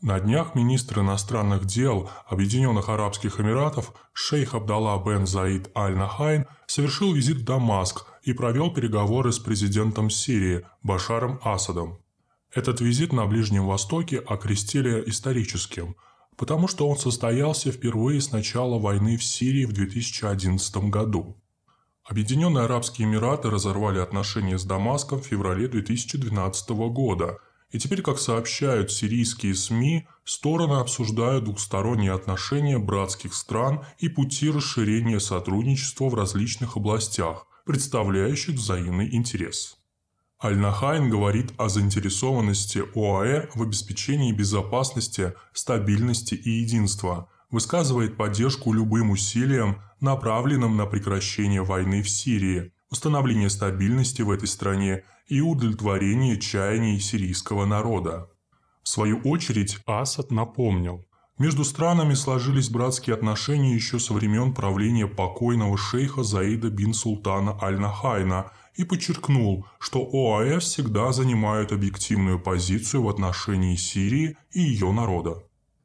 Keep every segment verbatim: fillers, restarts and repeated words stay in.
На днях министр иностранных дел Объединенных Арабских Эмиратов шейх Абдалла бен Заид аль-Нахян совершил визит в Дамаск и провел переговоры с президентом Сирии Башаром Асадом. Этот визит на Ближнем Востоке окрестили историческим, потому что он состоялся впервые с начала войны в Сирии в две тысячи одиннадцатом году. Объединенные Арабские Эмираты разорвали отношения с Дамаском в феврале две тысячи двенадцатого года, и теперь, как сообщают сирийские СМИ, стороны обсуждают двухсторонние отношения братских стран и пути расширения сотрудничества в различных областях, представляющих взаимный интерес. Аль-Нахян говорит о заинтересованности ОАЭ в обеспечении безопасности, стабильности и единства, высказывает поддержку любым усилиям, направленным на прекращение войны в Сирии, установление стабильности в этой стране и удовлетворение чаяний сирийского народа. В свою очередь, Асад напомнил, между странами сложились братские отношения еще со времен правления покойного шейха Заида бин Султана аль-Нахяна и подчеркнул, что ОАЭ всегда занимают объективную позицию в отношении Сирии и ее народа.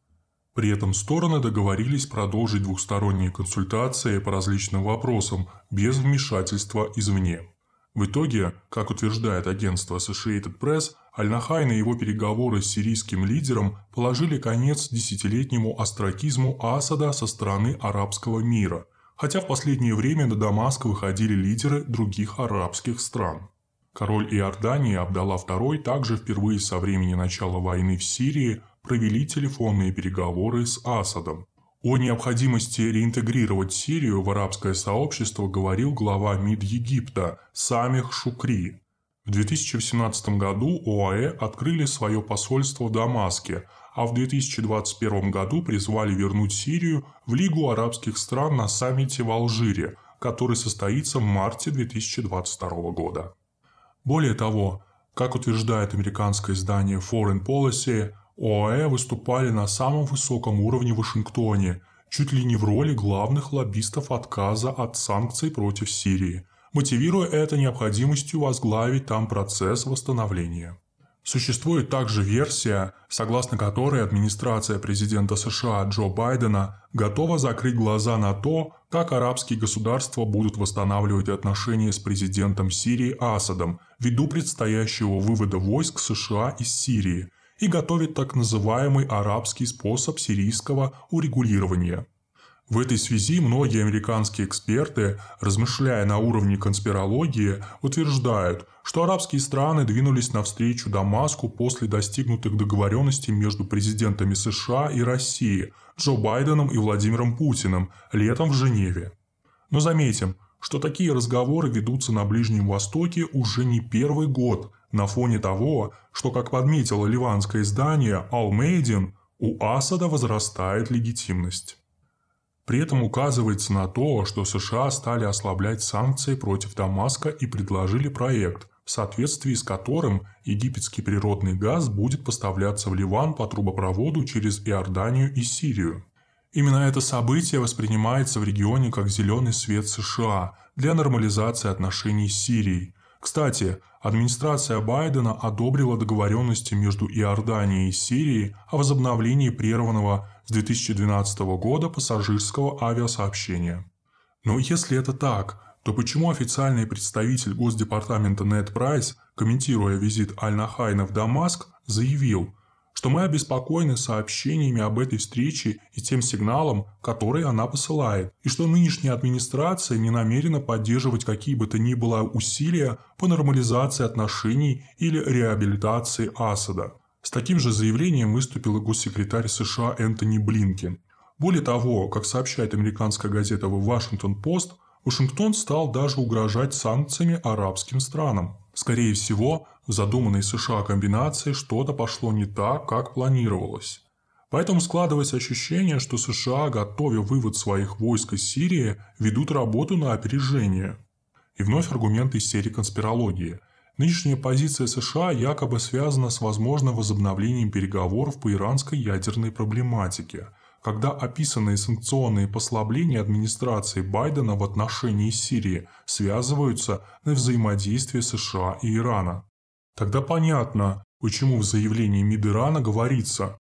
При этом стороны договорились продолжить двухсторонние консультации по различным вопросам без вмешательства извне. В итоге, как утверждает агентство Associated Press, Аль-Нахян и его переговоры с сирийским лидером положили конец десятилетнему остракизму Асада со стороны арабского мира, хотя в последнее время на Дамаск выходили лидеры других арабских стран. Король Иордании Абдалла второй также впервые со времени начала войны в Сирии провели телефонные переговоры с Асадом. О необходимости реинтегрировать Сирию в арабское сообщество говорил глава МИД Египта Самих Шукри. В две тысячи восемнадцатом году ОАЭ открыли свое посольство в Дамаске, а в две тысячи двадцать первом году призвали вернуть Сирию в Лигу арабских стран на саммите в Алжире, который состоится в марте две тысячи двадцать второго года. Более того, как утверждает американское издание Foreign Policy, ОАЭ выступали на самом высоком уровне в Вашингтоне, чуть ли не в роли главных лоббистов отказа от санкций против Сирии, мотивируя это необходимостью возглавить там процесс восстановления. Существует также версия, согласно которой администрация президента США Джо Байдена готова закрыть глаза на то, как арабские государства будут восстанавливать отношения с президентом Сирии Асадом ввиду предстоящего вывода войск США из Сирии, и готовит так называемый арабский способ сирийского урегулирования. В этой связи многие американские эксперты, размышляя на уровне конспирологии, утверждают, что арабские страны двинулись навстречу Дамаску после достигнутых договоренностей между президентами США и России, Джо Байденом и Владимиром Путиным, летом в Женеве. Но заметим, что такие разговоры ведутся на Ближнем Востоке уже не первый год, на фоне того, что, как подметило ливанское издание Al-Mayadeen, у Асада возрастает легитимность. При этом указывается на то, что США стали ослаблять санкции против Дамаска и предложили проект, в соответствии с которым египетский природный газ будет поставляться в Ливан по трубопроводу через Иорданию и Сирию. Именно это событие воспринимается в регионе как зеленый свет США для нормализации отношений с Сирией. Кстати, администрация Байдена одобрила договоренности между Иорданией и Сирией о возобновлении прерванного с две тысячи двенадцатого года пассажирского авиасообщения. Но если это так, то почему официальный представитель Госдепартамента Нед Прайс, комментируя визит Аль-Нахяна в Дамаск, заявил, что мы обеспокоены сообщениями об этой встрече и тем сигналом, который она посылает, и что нынешняя администрация не намерена поддерживать какие бы то ни было усилия по нормализации отношений или реабилитации Асада. С таким же заявлением выступил и госсекретарь США Энтони Блинкен. Более того, как сообщает американская газета The Washington Post, Вашингтон стал даже угрожать санкциями арабским странам. Скорее всего, в задуманной США комбинации что-то пошло не так, как планировалось. Поэтому складывается ощущение, что США, готовя вывод своих войск из Сирии, ведут работу на опережение. И вновь аргументы из серии конспирологии. Нынешняя позиция США якобы связана с возможным возобновлением переговоров по иранской ядерной проблематике, когда описанные санкционные послабления администрации Байдена в отношении Сирии связываются на взаимодействие США и Ирана. Тогда понятно, почему в заявлении МИД Ирана говорится,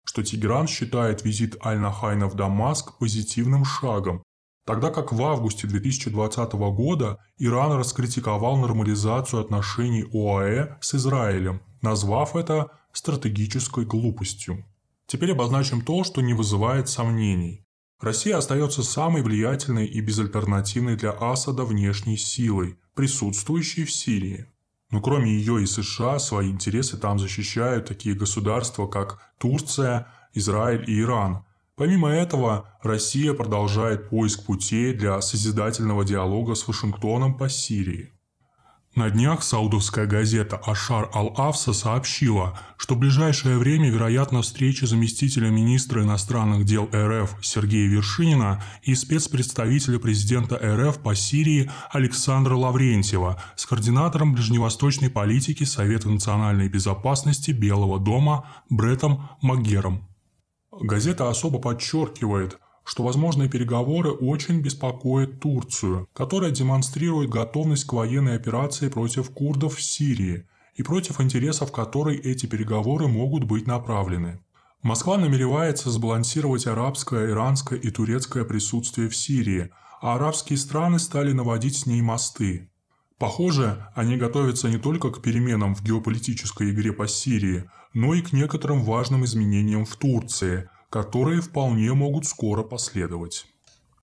что Тегеран считает визит Аль-Нахайна в Дамаск позитивным шагом, тогда как в августе две тысячи двадцатого года Иран раскритиковал нормализацию отношений ОАЭ с Израилем, назвав это стратегической глупостью. Теперь обозначим то, что не вызывает сомнений. Россия остается самой влиятельной и безальтернативной для Асада внешней силой, присутствующей в Сирии. Но кроме ее и США, свои интересы там защищают такие государства, как Турция, Израиль и Иран. Помимо этого, Россия продолжает поиск путей для созидательного диалога с Вашингтоном по Сирии. На днях саудовская газета «Ашар Аль-Афса» сообщила, что в ближайшее время вероятна встреча заместителя министра иностранных дел РФ Сергея Вершинина и спецпредставителя президента РФ по Сирии Александра Лаврентьева с координатором ближневосточной политики Совета национальной безопасности Белого дома Бреттом Макгером. Газета особо подчеркивает, что возможные переговоры очень беспокоят Турцию, которая демонстрирует готовность к военной операции против курдов в Сирии и против интересов которой эти переговоры могут быть направлены. Москва намеревается сбалансировать арабское, иранское и турецкое присутствие в Сирии, а арабские страны стали наводить с ней мосты. Похоже, они готовятся не только к переменам в геополитической игре по Сирии, но и к некоторым важным изменениям в Турции, которые вполне могут скоро последовать.